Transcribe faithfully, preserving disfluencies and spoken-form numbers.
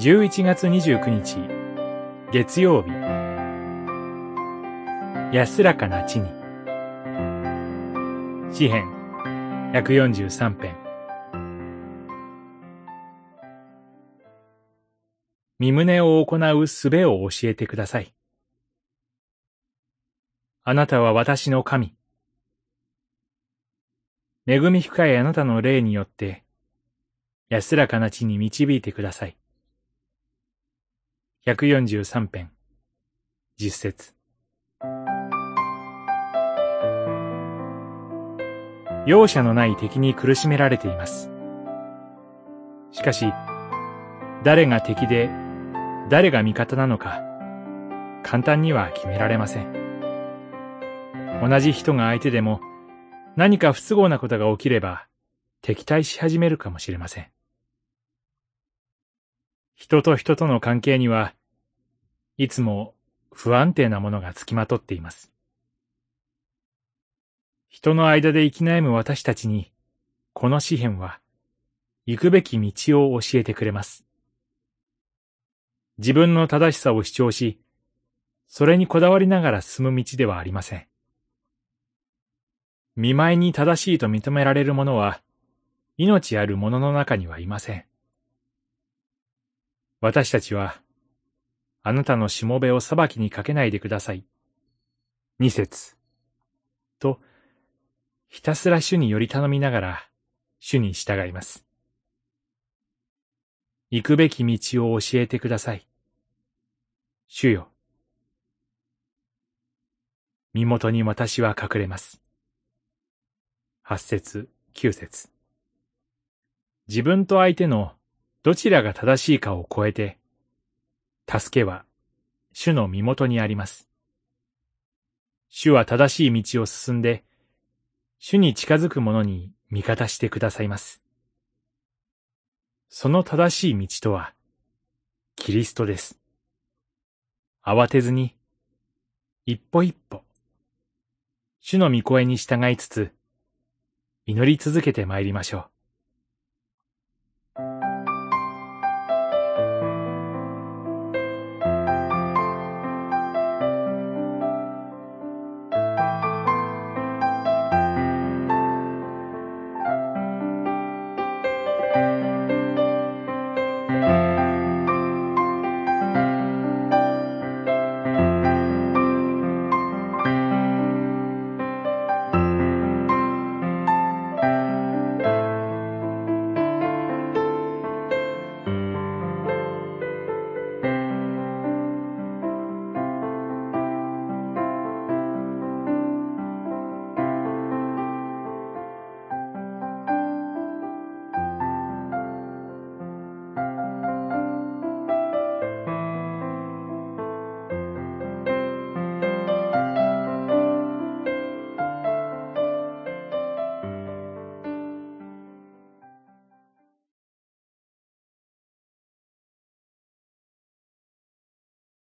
じゅういちがつにじゅうくにち月曜日、安らかな地に。詩編ひゃくよんじゅうさんぺん。身旨を行う術を教えてください。あなたは私の神。恵み深いあなたの霊によって安らかな地に導いてください。ひゃくよんじゅうさんぺん、じゅっせつ。容赦のない敵に苦しめられています。しかし、誰が敵で誰が味方なのか簡単には決められません。同じ人が相手でも何か不都合なことが起きれば敵対し始めるかもしれません。人と人との関係にはいつも不安定なものがつきまとっています。人の間で生き悩む私たちに、この詩編は行くべき道を教えてくれます。自分の正しさを主張し、それにこだわりながら進む道ではありません。見舞いに正しいと認められる者は、命ある者の中にはいません。私たちは、あなたのしもべを裁きにかけないでください。にせつ。と、ひたすら主により頼みながら、主に従います。行くべき道を教えてください。主よ。身元に私は隠れます。はっせつ、きゅうせつ。自分と相手のどちらが正しいかを超えて、助けは主の身元にあります。主は正しい道を進んで、主に近づく者に味方してくださいます。その正しい道とは、キリストです。慌てずに、一歩一歩、主の御声に従いつつ、祈り続けてまいりましょう。